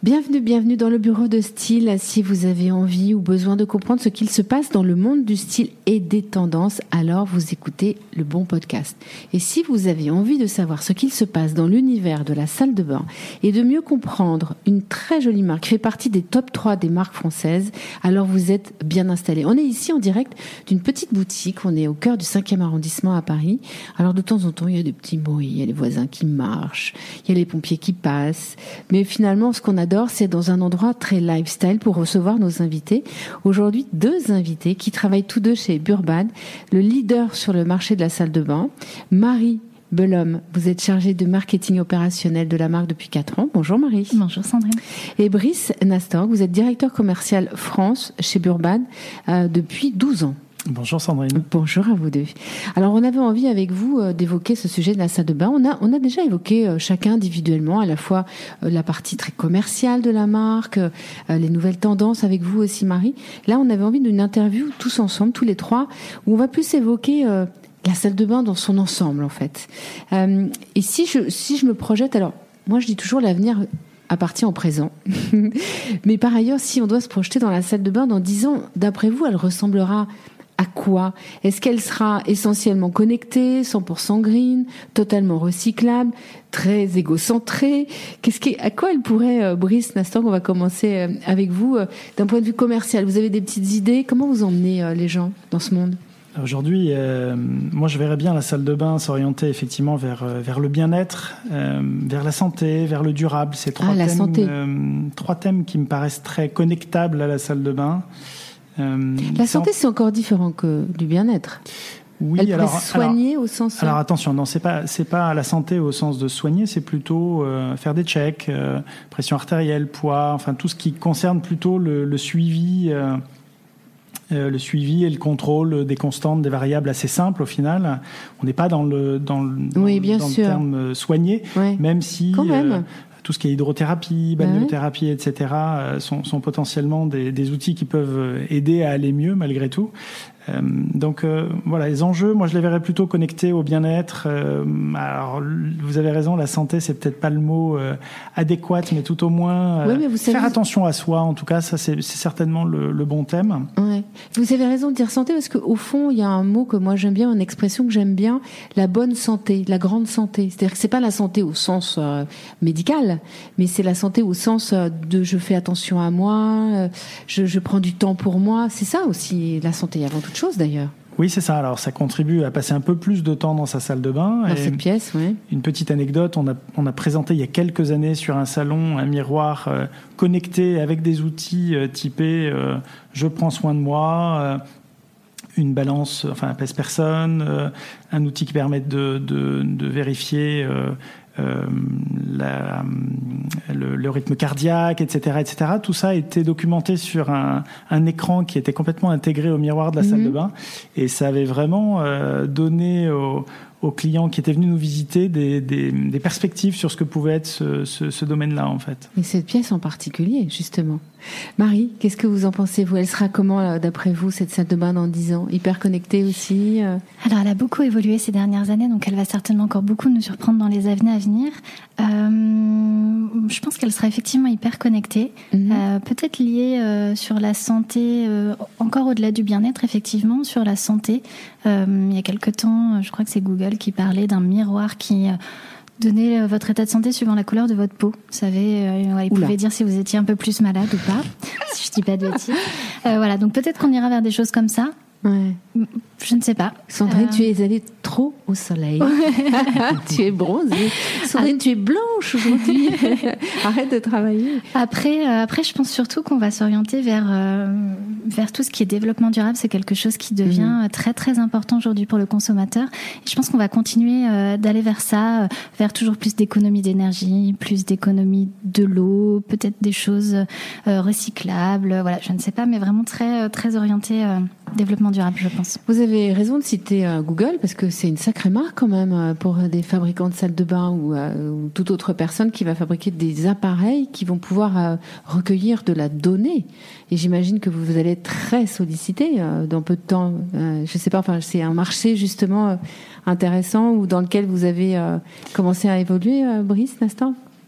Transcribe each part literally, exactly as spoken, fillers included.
Bienvenue, bienvenue dans le bureau de style. Si vous avez envie ou besoin de comprendre ce qu'il se passe dans le monde du style et des tendances, alors vous écoutez le bon podcast. Et si vous avez envie de savoir ce qu'il se passe dans l'univers de la salle de bain et de mieux comprendre une très jolie marque qui fait partie des top trois des marques françaises, alors vous êtes bien installés. On est ici en direct d'une petite boutique. On est au cœur du cinquième arrondissement à Paris. Alors de temps en temps, il y a des petits bruits, il y a les voisins qui marchent, il y a les pompiers qui passent. Mais finalement, ce qu'on adore, c'est dans un endroit très lifestyle pour recevoir nos invités. Aujourd'hui, deux invités qui travaillent tous deux chez Burban, le leader sur le marché de la salle de bain. Marie Belhomme, vous êtes chargée de marketing opérationnel de la marque depuis quatre ans. Bonjour Marie. Bonjour Sandrine. Et Brice Nastor, vous êtes directeur commercial France chez Burban euh, depuis douze ans. Bonjour Sandrine. Bonjour à vous deux. Alors on avait envie avec vous euh, d'évoquer ce sujet de la salle de bain. On a, on a déjà évoqué euh, chacun individuellement à la fois euh, la partie très commerciale de la marque, euh, les nouvelles tendances avec vous aussi Marie. Là on avait envie d'une interview tous ensemble, tous les trois, où on va plus évoquer euh, la salle de bain dans son ensemble en fait. Euh, et si je, si je me projette, alors moi je dis toujours l'avenir appartient au présent. Mais par ailleurs, si on doit se projeter dans la salle de bain dans dix ans, d'après vous, elle ressemblera à quoi ? Est-ce qu'elle sera essentiellement connectée, cent pour cent green, totalement recyclable, très égocentrée ? Qu'est-ce qui, à quoi elle pourrait, euh, Brice Nastor, on va commencer euh, avec vous, euh, d'un point de vue commercial. Vous avez des petites idées ? Comment vous emmenez euh, les gens dans ce monde ? Aujourd'hui, euh, moi je verrais bien la salle de bain s'orienter effectivement vers, euh, vers le bien-être, euh, vers la santé, vers le durable. C'est trois, ah, la thèmes, santé. Euh, trois thèmes qui me paraissent très connectables à la salle de bain. Euh, la santé, c'est encore différent que du bien-être. Oui, Elle alors, pourrait soigner alors, au sens. Alors attention, non, c'est pas c'est pas la santé au sens de soigner, c'est plutôt euh, faire des checks, euh, pression artérielle, poids, enfin tout ce qui concerne plutôt le, le suivi, euh, euh, le suivi et le contrôle des constantes, des variables assez simples au final. On n'est pas dans le dans le, dans, oui, bien dans sûr. le terme soigner, ouais. même si. Quand même. Euh, tout ce qui est hydrothérapie, balnéothérapie, et cetera, euh, sont, sont potentiellement des, des outils qui peuvent aider à aller mieux malgré tout. Euh, donc euh, voilà, les enjeux, moi je les verrais plutôt connectés au bien-être. Euh, alors vous avez raison, la santé c'est peut-être pas le mot euh, adéquat, mais tout au moins euh, oui, mais vous savez... faire attention à soi. En tout cas, ça c'est, c'est certainement le, le bon thème. Ouais. Vous avez raison de dire santé parce qu'au fond il y a un mot que moi j'aime bien, une expression que j'aime bien, la bonne santé, la grande santé. C'est-à-dire que c'est pas la santé au sens euh, médical, mais c'est la santé au sens euh, de je fais attention à moi, euh, je, je prends du temps pour moi. C'est ça aussi la santé avant tout. Chose d'ailleurs. Oui, c'est ça. Alors, ça contribue à passer un peu plus de temps dans sa salle de bain. Dans et cette pièce, oui. Une petite anecdote, on a, on a présenté il y a quelques années sur un salon un miroir euh, connecté avec des outils euh, typés euh, « je prends soin de moi euh, », une balance, enfin un pèse-personne, euh, un outil qui permet de, de, de vérifier euh, euh, la, le, le rythme cardiaque, et cetera, et cetera. Tout ça a été documenté sur un, un écran qui était complètement intégré au miroir de la mmh. salle de bain, et ça avait vraiment euh, donné aux, aux clients qui étaient venus nous visiter des, des, des perspectives sur ce que pouvait être ce, ce, ce domaine-là, en fait. Et cette pièce en particulier, justement. Marie, qu'est-ce que vous en pensez, vous ? Elle sera comment, d'après vous, cette salle de bain dans dix ans ? Hyper connectée aussi ? Alors, elle a beaucoup évolué ces dernières années, donc elle va certainement encore beaucoup nous surprendre dans les années à venir. Euh, je pense qu'elle sera effectivement hyper connectée, mmh. euh, peut-être liée euh, sur la santé, euh, encore au-delà du bien-être, effectivement, sur la santé. Euh, il y a quelque temps, je crois que c'est Google qui parlait d'un miroir qui... Euh, Donnez votre état de santé suivant la couleur de votre peau. Vous savez, euh, ouais, il pouvait dire si vous étiez un peu plus malade ou pas, si je dis pas de bêtises. Euh, voilà, donc peut-être qu'on ira vers des choses comme ça. Ouais. Je ne sais pas. Sandrine, euh... tu es allée trop au soleil. Tu es bronzée. Sandrine, ah. tu es blanche aujourd'hui. Arrête de travailler. Après, euh, après, je pense surtout qu'on va s'orienter vers euh, vers tout ce qui est développement durable. C'est quelque chose qui devient mmh. très très important aujourd'hui pour le consommateur. Et je pense qu'on va continuer euh, d'aller vers ça, euh, vers toujours plus d'économie d'énergie, plus d'économie de l'eau, peut-être des choses euh, recyclables. Voilà, je ne sais pas, mais vraiment très très orienté euh, développement durable, je pense. Vous avez raison de citer euh, Google parce que c'est une sacrée marque quand même euh, pour des fabricants de salles de bain ou, euh, ou toute autre personne qui va fabriquer des appareils qui vont pouvoir euh, recueillir de la donnée. Et j'imagine que vous, vous allez être très sollicité euh, dans peu de temps. Euh, je sais pas, enfin c'est un marché justement euh, intéressant ou dans lequel vous avez euh, commencé à évoluer, euh, Brice Nastor ?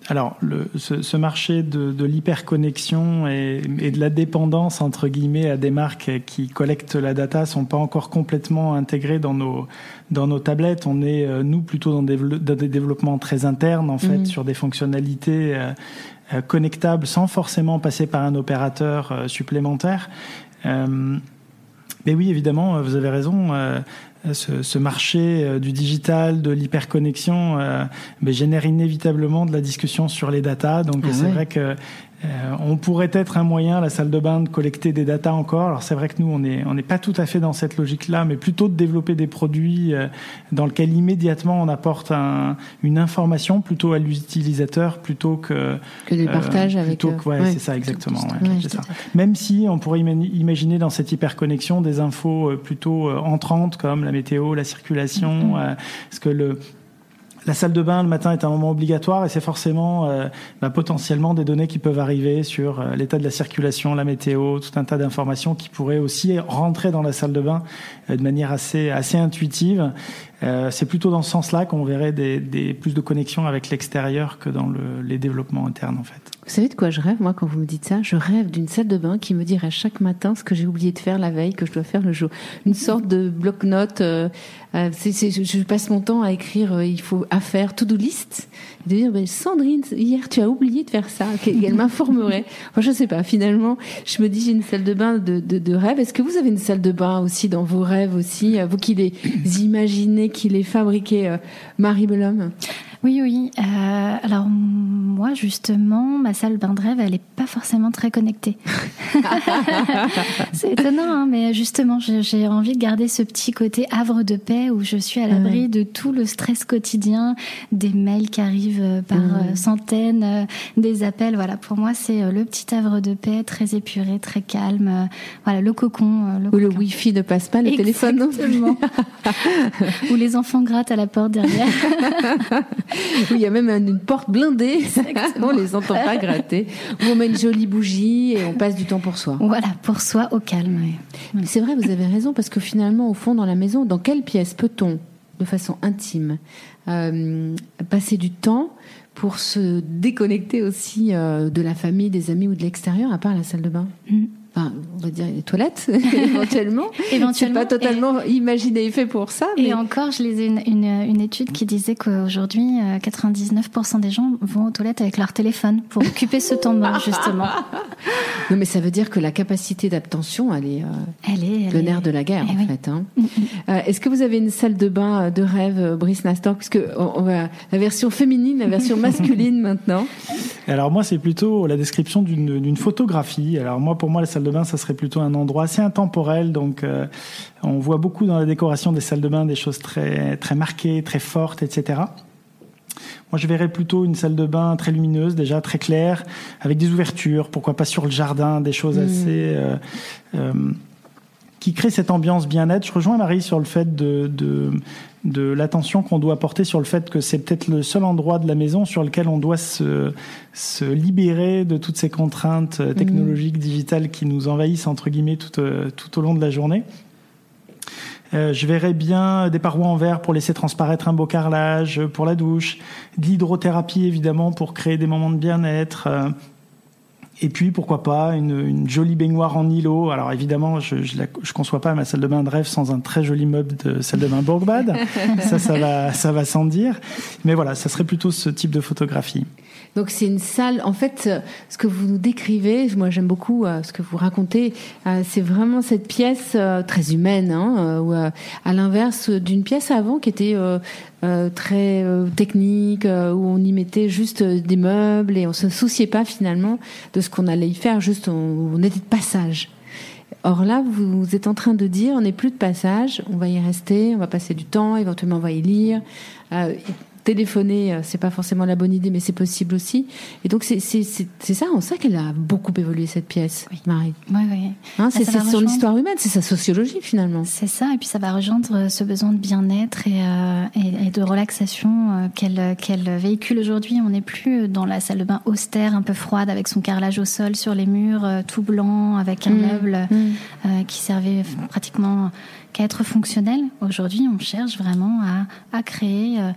alors, le, ce, ce marché de, de l'hyperconnexion et, et de la dépendance, entre guillemets, à des marques qui collectent la data sont pas encore complètement intégrés dans nos, dans nos tablettes. On est, nous, plutôt dans des, dans des développements très internes, en fait, mmh. sur des fonctionnalités euh, euh, connectables sans forcément passer par un opérateur euh, supplémentaire. Euh, mais oui, évidemment, vous avez raison. Euh, Ce, ce marché euh, du digital, de l'hyperconnexion, euh, ben, génère inévitablement de la discussion sur les datas. Donc ah c'est ouais. vrai que euh, on pourrait être un moyen, la salle de bain, de collecter des datas encore. Alors c'est vrai que nous, on est on n'est pas tout à fait dans cette logique-là, mais plutôt de développer des produits euh, dans lesquels immédiatement on apporte un, une information plutôt à l'utilisateur plutôt que que du partage euh, avec. Plutôt que, ouais, ouais, c'est ça exactement. Ouais, ouais, c'est ça. Même si on pourrait imaginer dans cette hyperconnexion des infos plutôt entrantes comme la météo, la circulation, mmh. euh, parce que le la salle de bain le matin est un moment obligatoire et c'est forcément euh, bah, potentiellement des données qui peuvent arriver sur euh, l'état de la circulation, la météo, tout un tas d'informations qui pourraient aussi rentrer dans la salle de bain euh, de manière assez assez intuitive. Euh, c'est plutôt dans ce sens-là qu'on verrait des, des plus de connexions avec l'extérieur que dans le, les développements internes en fait. Vous savez de quoi je rêve, moi, quand vous me dites ça? Je rêve d'une salle de bain qui me dirait chaque matin ce que j'ai oublié de faire la veille, que je dois faire le jour. Une sorte de bloc-notes. Euh, euh, c'est, c'est, je passe mon temps à écrire, euh, il faut à faire, to-do list. Et de dire, ben, Sandrine, hier, tu as oublié de faire ça. Elle m'informerait. Enfin, je sais pas, finalement, je me dis, j'ai une salle de bain de, de, de rêve. Est-ce que vous avez une salle de bain aussi dans vos rêves aussi? Vous qui les imaginez, qui les fabriquez, euh, Marie Belhomme? Oui, oui. Euh, alors, moi, justement, ma salle bain de rêve, elle n'est pas forcément très connectée. C'est étonnant, hein, mais justement, j'ai, j'ai envie de garder ce petit côté havre de paix où je suis à l'abri mmh. de tout le stress quotidien, des mails qui arrivent par mmh. centaines, euh, des appels. Voilà, pour moi, c'est euh, le petit havre de paix, très épuré, très calme. Euh, voilà, le cocon. Euh, le où le Wi-Fi ne passe pas, le Exactement. téléphone. Où les enfants grattent à la porte derrière. Oui, il y a même une porte blindée. On les entend pas gratter. Où on met une jolie bougie et on passe du temps pour soi. Voilà, pour soi, au calme. Oui. Mais c'est vrai, vous avez raison, parce que finalement, au fond, dans la maison, dans quelle pièce peut-on, de façon intime, euh, passer du temps pour se déconnecter aussi euh, de la famille, des amis ou de l'extérieur, à part la salle de bain? mmh. Enfin, on va dire les toilettes, éventuellement. éventuellement. C'est pas totalement et, imaginé et fait pour ça. Et mais... encore, je lisais une, une, une étude qui disait qu'aujourd'hui, quatre-vingt-dix-neuf pour cent des gens vont aux toilettes avec leur téléphone pour occuper ce temps mort, justement. Non, mais ça veut dire que la capacité d'attention, elle est, euh, elle est elle le est... nerf de la guerre, eh en oui. fait. Hein. Mm-hmm. Euh, est-ce que vous avez une salle de bain de rêve, Brice Nastor? Puisque on, on va la version féminine, la version masculine maintenant. Alors moi, c'est plutôt la description d'une, d'une photographie. Alors moi, pour moi, la salle de bain, ça serait plutôt un endroit assez intemporel. Donc, euh, on voit beaucoup dans la décoration des salles de bain des choses très très marquées, très fortes, et cetera. Moi, je verrais plutôt une salle de bain très lumineuse, déjà très claire, avec des ouvertures. Pourquoi pas sur le jardin, des choses mmh. assez euh, euh, qui créent cette ambiance bien-être. Je rejoins Marie sur le fait de, de de l'attention qu'on doit porter sur le fait que c'est peut-être le seul endroit de la maison sur lequel on doit se, se libérer de toutes ces contraintes technologiques, mmh. digitales qui nous envahissent, entre guillemets, tout, tout au long de la journée. Euh, je verrais bien des parois en verre pour laisser transparaître un beau carrelage pour la douche, de l'hydrothérapie, évidemment, pour créer des moments de bien-être. Euh, Et puis, pourquoi pas, une, une jolie baignoire en îlot. Alors, évidemment, je je, la, je conçois pas ma salle de bain de rêve sans un très joli meuble de salle de bain Bourg-Bad. ça, ça va, ça va sans dire. Mais voilà, ça serait plutôt ce type de photographie. Donc, c'est une salle... En fait, ce que vous nous décrivez, moi, j'aime beaucoup euh, ce que vous racontez, euh, c'est vraiment cette pièce euh, très humaine, hein, euh, où, euh, à l'inverse d'une pièce avant qui était... Euh, Euh, très euh, technique, euh, où on y mettait juste euh, des meubles et on se souciait pas finalement de ce qu'on allait y faire, juste on, on était de passage. Or là, vous, vous êtes en train de dire, on n'est plus de passage, on va y rester, on va passer du temps, éventuellement on va y lire. Euh, téléphoner, c'est pas forcément la bonne idée, mais c'est possible aussi. Et donc c'est c'est c'est, c'est ça, on sait qu'elle a beaucoup évolué cette pièce, oui. Marie. Oui, oui. Hein, c'est c'est son histoire humaine, c'est sa sociologie finalement. C'est ça, et puis ça va rejoindre ce besoin de bien-être et euh, et, et de relaxation euh, qu'elle qu'elle véhicule aujourd'hui. On n'est plus dans la salle de bain austère, un peu froide, avec son carrelage au sol sur les murs, euh, tout blanc, avec un mmh. meuble mmh. Euh, qui servait pratiquement qu'à être fonctionnel. Aujourd'hui, on cherche vraiment à à créer euh,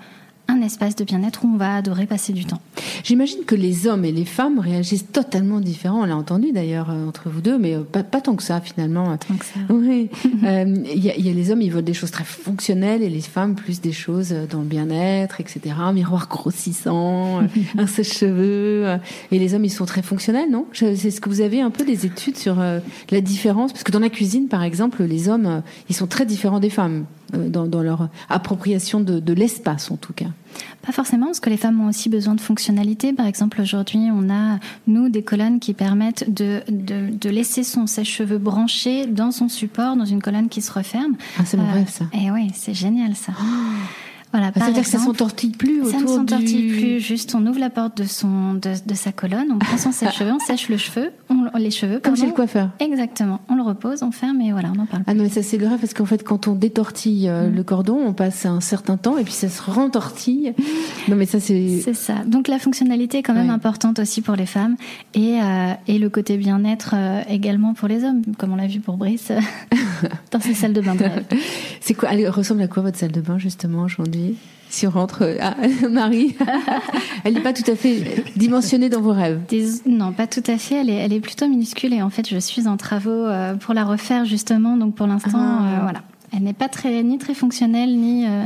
un espace de bien-être où on va adorer passer du temps. J'imagine que les hommes et les femmes réagissent totalement différents. On l'a entendu d'ailleurs euh, entre vous deux, mais euh, pas, pas tant que ça finalement. Tant que ça. Oui. Il euh, y, a, y a les hommes, ils veulent des choses très fonctionnelles et les femmes plus des choses dans le bien-être, et cetera. Un miroir grossissant, un sèche-cheveux. Euh, et les hommes, ils sont très fonctionnels, non ? C'est ce que vous avez un peu des études sur euh, la différence, parce que dans la cuisine, par exemple, les hommes, euh, ils sont très différents des femmes. Dans, dans leur appropriation de, de l'espace en tout cas. Pas forcément, parce que les femmes ont aussi besoin de fonctionnalité. Par exemple, aujourd'hui, on a, nous, des colonnes qui permettent de, de, de laisser son sèche-cheveux branché dans son support, dans une colonne qui se referme. Ah, c'est mon euh, rêve, ça. Et oui, c'est génial, ça. Oh. Voilà, ah, c'est-à-dire que ça s'entortille plus autour du... Ça ne s'entortille du... plus, juste on ouvre la porte de, son, de, de sa colonne, on prend son sèche-cheveux, on sèche le cheveu, on, les cheveux. Comme pardon. Chez le coiffeur. Exactement, on le repose, on ferme et voilà, on en parle plus. Ah non, mais ça c'est le rêve, parce qu'en fait quand on détortille euh, mmh. le cordon, on passe un certain temps et puis ça se rentortille. Non mais ça c'est... C'est ça, donc la fonctionnalité est quand même ouais. importante aussi pour les femmes et, euh, et le côté bien-être euh, également pour les hommes, comme on l'a vu pour Brice dans ses salles de bain de rêve. C'est quoi, elle ressemble à quoi votre salle de bain justement aujourd'hui ? Si on rentre... Ah, Marie, elle n'est pas tout à fait dimensionnée dans vos rêves. Des... Non, pas tout à fait. Elle est, elle est plutôt minuscule et en fait, je suis en travaux euh, pour la refaire justement. Donc pour l'instant, ah. euh, voilà. Elle n'est pas très, ni très fonctionnelle, ni... Euh...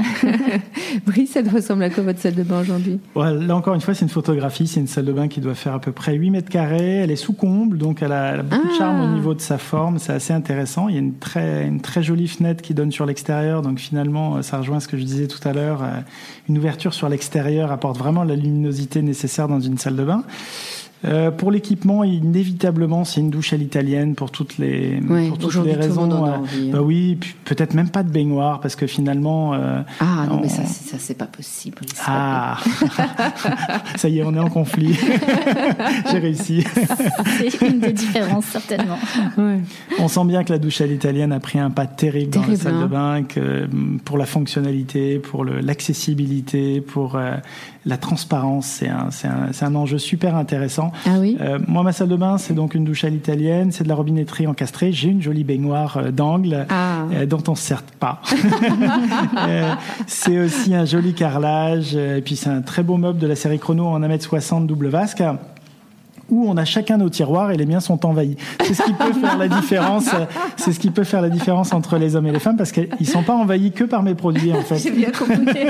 Brice, elle ressemble à quoi votre salle de bain aujourd'hui ? Ouais, là encore une fois, c'est une photographie. C'est une salle de bain qui doit faire à peu près huit mètres carrés. Elle est sous comble, donc elle a, elle a beaucoup ah. de charme au niveau de sa forme. C'est assez intéressant. Il y a une très, une très jolie fenêtre qui donne sur l'extérieur. Donc finalement, ça rejoint ce que je disais tout à l'heure. Une ouverture sur l'extérieur apporte vraiment la luminosité nécessaire dans une salle de bain. Euh, pour l'équipement, inévitablement, c'est une douche à l'italienne pour toutes les, ouais, pour toutes les raisons. Tout le monde en euh, a envie, bah oui, puis peut-être même pas de baignoire parce que finalement. Euh, ah non, on... mais ça, c'est, ça, c'est pas possible. C'est ah, ça y est, on est en conflit. J'ai réussi. C'est une des différences certainement. Ouais. On sent bien que la douche à l'italienne a pris un pas terrible, terrible dans la salle hein. de bain, que pour la fonctionnalité, pour le, l'accessibilité, pour euh, la transparence, c'est un, c'est un, c'est un enjeu super intéressant. Ah oui. Euh, moi, ma salle de bain, c'est donc une douche à l'italienne, c'est de la robinetterie encastrée. J'ai une jolie baignoire euh, d'angle ah. euh, dont on se sert pas. euh, c'est aussi un joli carrelage. Euh, et puis c'est un très beau meuble de la série Chrono en un mètre soixante double vasque, où on a chacun nos tiroirs et les miens sont envahis. C'est ce qui peut faire la différence. C'est ce qui peut faire la différence entre les hommes et les femmes parce qu'ils sont pas envahis que par mes produits en fait. J'ai bien compris.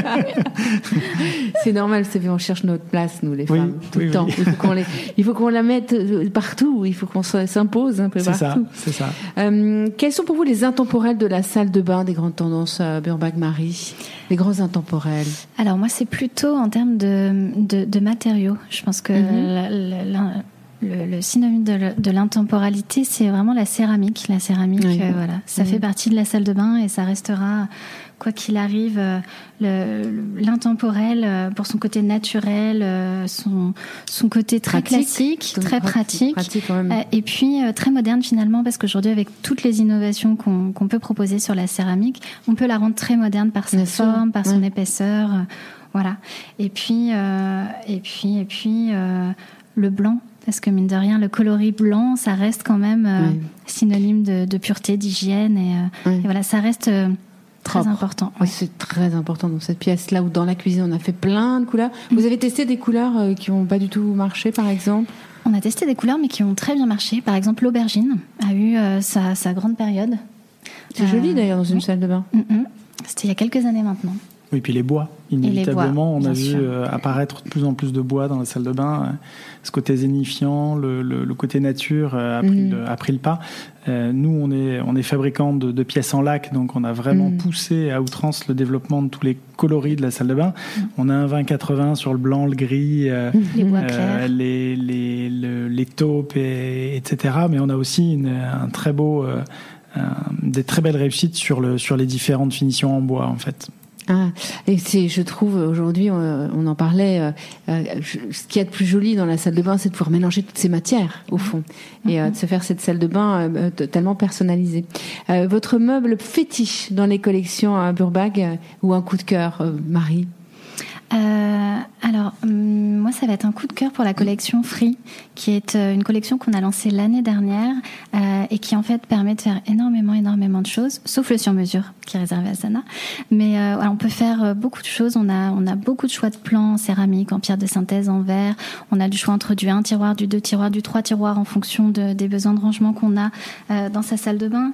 C'est normal, c'est on cherche notre place nous les femmes oui, tout oui, le temps. Oui. Il faut qu'on les, il faut qu'on la mette partout. Il faut qu'on s'impose un peu c'est partout. C'est ça, c'est ça. Euh, quels sont pour vous les intemporels de la salle de bain des grandes tendances euh, Burbag Marie? Les grands intemporels. Alors moi c'est plutôt en termes de de, de matériaux. Je pense que mm-hmm. la, la, la, Le, le synonyme de, de l'intemporalité, c'est vraiment la céramique. La céramique, oui. euh, voilà, ça oui. fait partie de la salle de bain et ça restera, quoi qu'il arrive, euh, le, l'intemporel euh, pour son côté naturel, euh, son, son côté très pratique, classique, très pratique, pratique, pratique euh, et puis euh, très moderne finalement, parce qu'aujourd'hui, avec toutes les innovations qu'on, qu'on peut proposer sur la céramique, on peut la rendre très moderne par sa Bien forme, sûr. par son ouais. épaisseur, euh, voilà. Et puis, euh, et puis, et puis, euh, le blanc. Parce que mine de rien, le coloris blanc, ça reste quand même euh, oui. synonyme de, de pureté, d'hygiène. Et, euh, oui. et voilà, ça reste euh, très Propre. important. Oui, ouais. C'est très important dans cette pièce-là où dans la cuisine, on a fait plein de couleurs. Mmh. Vous avez testé des couleurs euh, qui n'ont pas du tout marché, par exemple ? On a testé des couleurs, mais qui ont très bien marché. Par exemple, l'aubergine a eu euh, sa, sa grande période. C'est euh, joli d'ailleurs dans une oui. salle de bain. Mmh. C'était il y a quelques années maintenant. Oui, puis les bois, inévitablement, les bois, on a vu sûr. apparaître de plus en plus de bois dans la salle de bain. Ce côté zénifiant, le, le, le côté nature a pris, mmh. le, a pris le pas. Euh, nous, on est, on est fabricant de, de pièces en lac, donc on a vraiment mmh. poussé à outrance le développement de tous les coloris de la salle de bain. Mmh. On a un vingt quatre-vingts sur le blanc, le gris, euh, les bois clairs, euh, les, les, le, les taupes, et, etc. Mais on a aussi une, un très beau, euh, un, des très belles réussites sur, le, sur les différentes finitions en bois, en fait. Ah, et c'est, je trouve, aujourd'hui, on, on en parlait, euh, euh, ce qu'il y a de plus joli dans la salle de bain, c'est de pouvoir mélanger toutes ces matières, au fond, mm-hmm. et euh, de se faire cette salle de bain euh, totalement personnalisée. Euh, votre meuble fétiche dans les collections à Burbag, euh, ou un coup de cœur, euh, Marie ? Euh, Alors, hum, moi, ça va être un coup de cœur pour la collection Free, qui est euh, une collection qu'on a lancée l'année dernière euh, et qui, en fait, permet de faire énormément, énormément de choses, sauf le sur-mesure, qui est réservé à Sana. Mais euh, voilà, on peut faire euh, beaucoup de choses. On a, on a beaucoup de choix de plans en céramique, en pierre de synthèse, en verre. On a du choix entre du un tiroir, du deux tiroirs, du trois tiroirs en fonction de, des besoins de rangement qu'on a euh, dans sa salle de bain.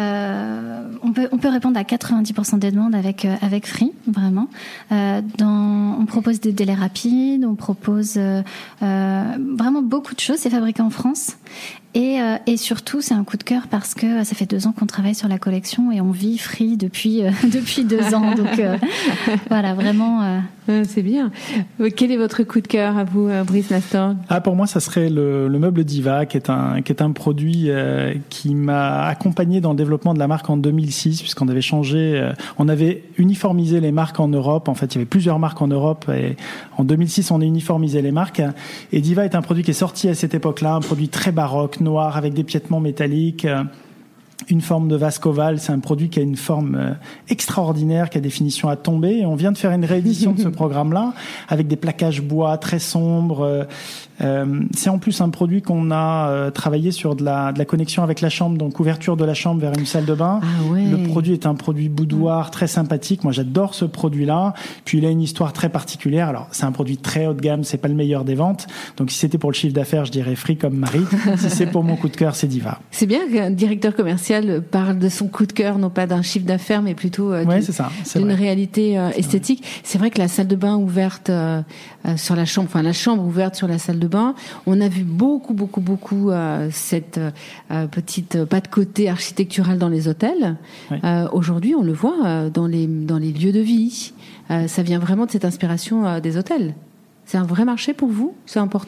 Euh, on peut, on peut répondre à quatre-vingt-dix pour cent des demandes avec, euh, avec Free, vraiment. Euh, dans, on propose des délais rapides, on propose euh, euh, vraiment beaucoup de choses. C'est fabriqué en France. Et, euh, et surtout, c'est un coup de cœur parce que ça fait deux ans qu'on travaille sur la collection et on vit Free depuis, euh, depuis deux ans. Donc euh, voilà, vraiment. Euh... C'est bien. Quel est votre coup de cœur à vous, Brice Nastor ? Ah, pour moi, ça serait le, le meuble Diva, qui est un, qui est un produit euh, qui m'a accompagné dans le développement de la marque en deux mille six, puisqu'on avait changé, euh, on avait uniformisé les marques en Europe. En fait, il y avait plusieurs marques en Europe et en deux mille six, on a uniformisé les marques. Et Diva est un produit qui est sorti à cette époque-là, un produit très baroque, noir, avec des piétements métalliques, euh, une forme de vasque ovale. C'est un produit qui a une forme euh, extraordinaire, qui a des finitions à tomber. Et on vient de faire une réédition de ce programme-là, avec des plaquages bois très sombres. Euh, euh, c'est en plus un produit qu'on a euh, travaillé sur de la, de la connexion avec la chambre, donc ouverture de la chambre vers une salle de bain. Ah ouais. Le produit est un produit boudoir très sympathique. Moi, j'adore ce produit-là. Puis il a une histoire très particulière. Alors, c'est un produit très haut de gamme, c'est pas le meilleur des ventes. Donc, si c'était pour le chiffre d'affaires, je dirais Free comme Marie. Si c'est pour mon coup de cœur, c'est Diva. C'est bien qu'un directeur commercial parle de son coup de cœur, non pas d'un chiffre d'affaires, mais plutôt euh, ouais, d'une, c'est ça, c'est d'une vrai. réalité euh, c'est esthétique. vrai. C'est vrai que la salle de bain ouverte euh, euh, sur la chambre, enfin la chambre ouverte sur la salle de bain, on a vu beaucoup, beaucoup, beaucoup euh, cette euh, petite pas de côté architecturale dans les hôtels. Oui. Euh, aujourd'hui, on le voit euh, dans les dans les lieux de vie. Euh, ça vient vraiment de cette inspiration euh, des hôtels. C'est un vrai marché pour vous ? C'est important ?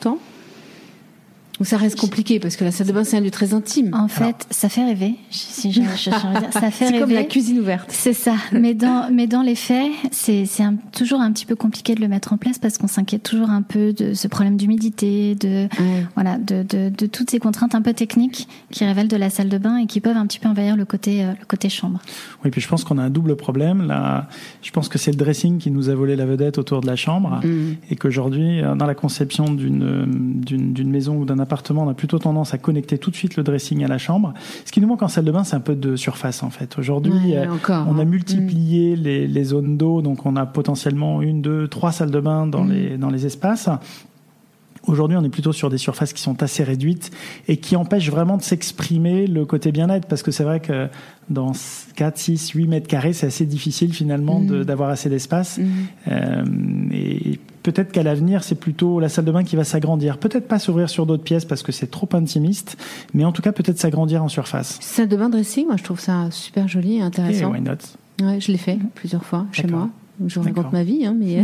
Ou ça reste compliqué parce que la salle de bain c'est un lieu très intime. En fait, Alors. ça fait rêver. Si je, je, je, je dire, ça fait c'est rêver. comme la cuisine ouverte. C'est ça. Mais dans mais dans les faits, c'est c'est un, toujours un petit peu compliqué de le mettre en place parce qu'on s'inquiète toujours un peu de ce problème d'humidité, de ouais. voilà, de, de de toutes ces contraintes un peu techniques qui révèlent de la salle de bain et qui peuvent un petit peu envahir le côté euh, le côté chambre. Oui, puis je pense qu'on a un double problème là. Je pense que c'est le dressing qui nous a volé la vedette autour de la chambre mmh. et qu'aujourd'hui, dans la conception d'une d'une d'une maison ou d'un appartement, on a plutôt tendance à connecter tout de suite le dressing à la chambre. Ce qui nous manque en salle de bain, c'est un peu de surface en fait. Aujourd'hui, ouais, euh, encore, on hein. a multiplié mmh. les, les zones d'eau, donc on a potentiellement une, deux, trois salles de bain dans, mmh. les, dans les espaces. Aujourd'hui, on est plutôt sur des surfaces qui sont assez réduites et qui empêchent vraiment de s'exprimer le côté bien-être, parce que c'est vrai que dans quatre, six, huit mètres carrés, c'est assez difficile finalement mmh. de, d'avoir assez d'espace. Mmh. Euh, et peut-être qu'à l'avenir, c'est plutôt la salle de bain qui va s'agrandir. Peut-être pas s'ouvrir sur d'autres pièces parce que c'est trop intimiste, mais en tout cas peut-être s'agrandir en surface. Salle de bain dressing, moi je trouve ça super joli et intéressant. Et why not ? Ouais, je l'ai fait plusieurs fois chez D'accord. moi. Je raconte ma vie, hein, mais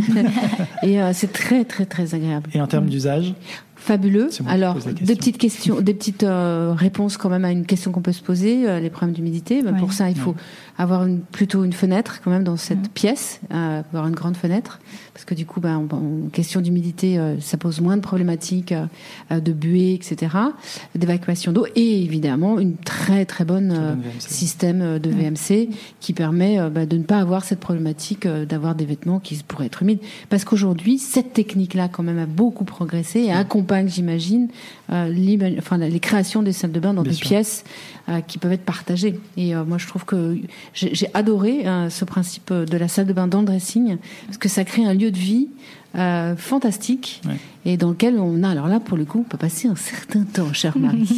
et euh, c'est très très très agréable. Et en termes d'usage ? Fabuleux. Alors, des petites questions, des petites euh, réponses quand même à une question qu'on peut se poser, euh, les problèmes d'humidité. Ben, ouais. Pour ça, il faut ouais. avoir une, plutôt une fenêtre quand même dans cette ouais. pièce, euh, avoir une grande fenêtre, parce que du coup, ben, en, en question d'humidité, euh, ça pose moins de problématiques euh, de buée, et cetera, d'évacuation d'eau, et évidemment une très très bonne euh, système de V M C ouais. qui permet euh, ben, de ne pas avoir cette problématique euh, d'avoir des vêtements qui pourraient être humides, parce qu'aujourd'hui, cette technique-là quand même a beaucoup progressé et accompagne, j'imagine, euh, enfin, les créations des salles de bain dans Bien des sûr. pièces euh, qui peuvent être partagées. Et euh, moi, je trouve que j'ai, j'ai adoré euh, ce principe de la salle de bain dans le dressing, parce que ça crée un lieu de vie euh, fantastique ouais. et dans lequel on a, alors là, pour le coup, on peut passer un certain temps, chère Marie.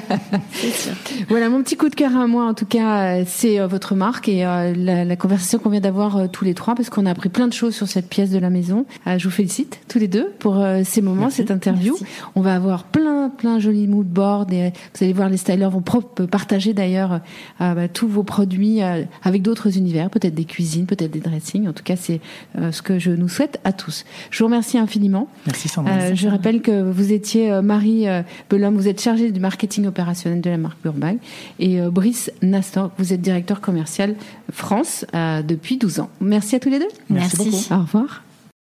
C'est sûr. Voilà, mon petit coup de cœur à moi, en tout cas, c'est euh, votre marque et euh, la, la conversation qu'on vient d'avoir euh, tous les trois, parce qu'on a appris plein de choses sur cette pièce de la maison. Euh, je vous félicite tous les deux pour euh, ces moments, Merci. cette interview. Merci. On va avoir plein, plein jolis mood boards et vous allez voir, les stylers vont propre, partager d'ailleurs euh, bah, tous vos produits euh, avec d'autres univers, peut-être des cuisines, peut-être des dressings. En tout cas, c'est euh, ce que je nous souhaite à tous. Je vous remercie infiniment. Merci Sandra. Euh, je rappelle que vous étiez euh, Marie euh, Belhomme, vous êtes chargée du marketing opérationnel de la marque Burbag, et euh, Brice Nastor, vous êtes directeur commercial France euh, depuis douze ans. Merci à tous les deux. Merci, Merci. beaucoup. Au revoir.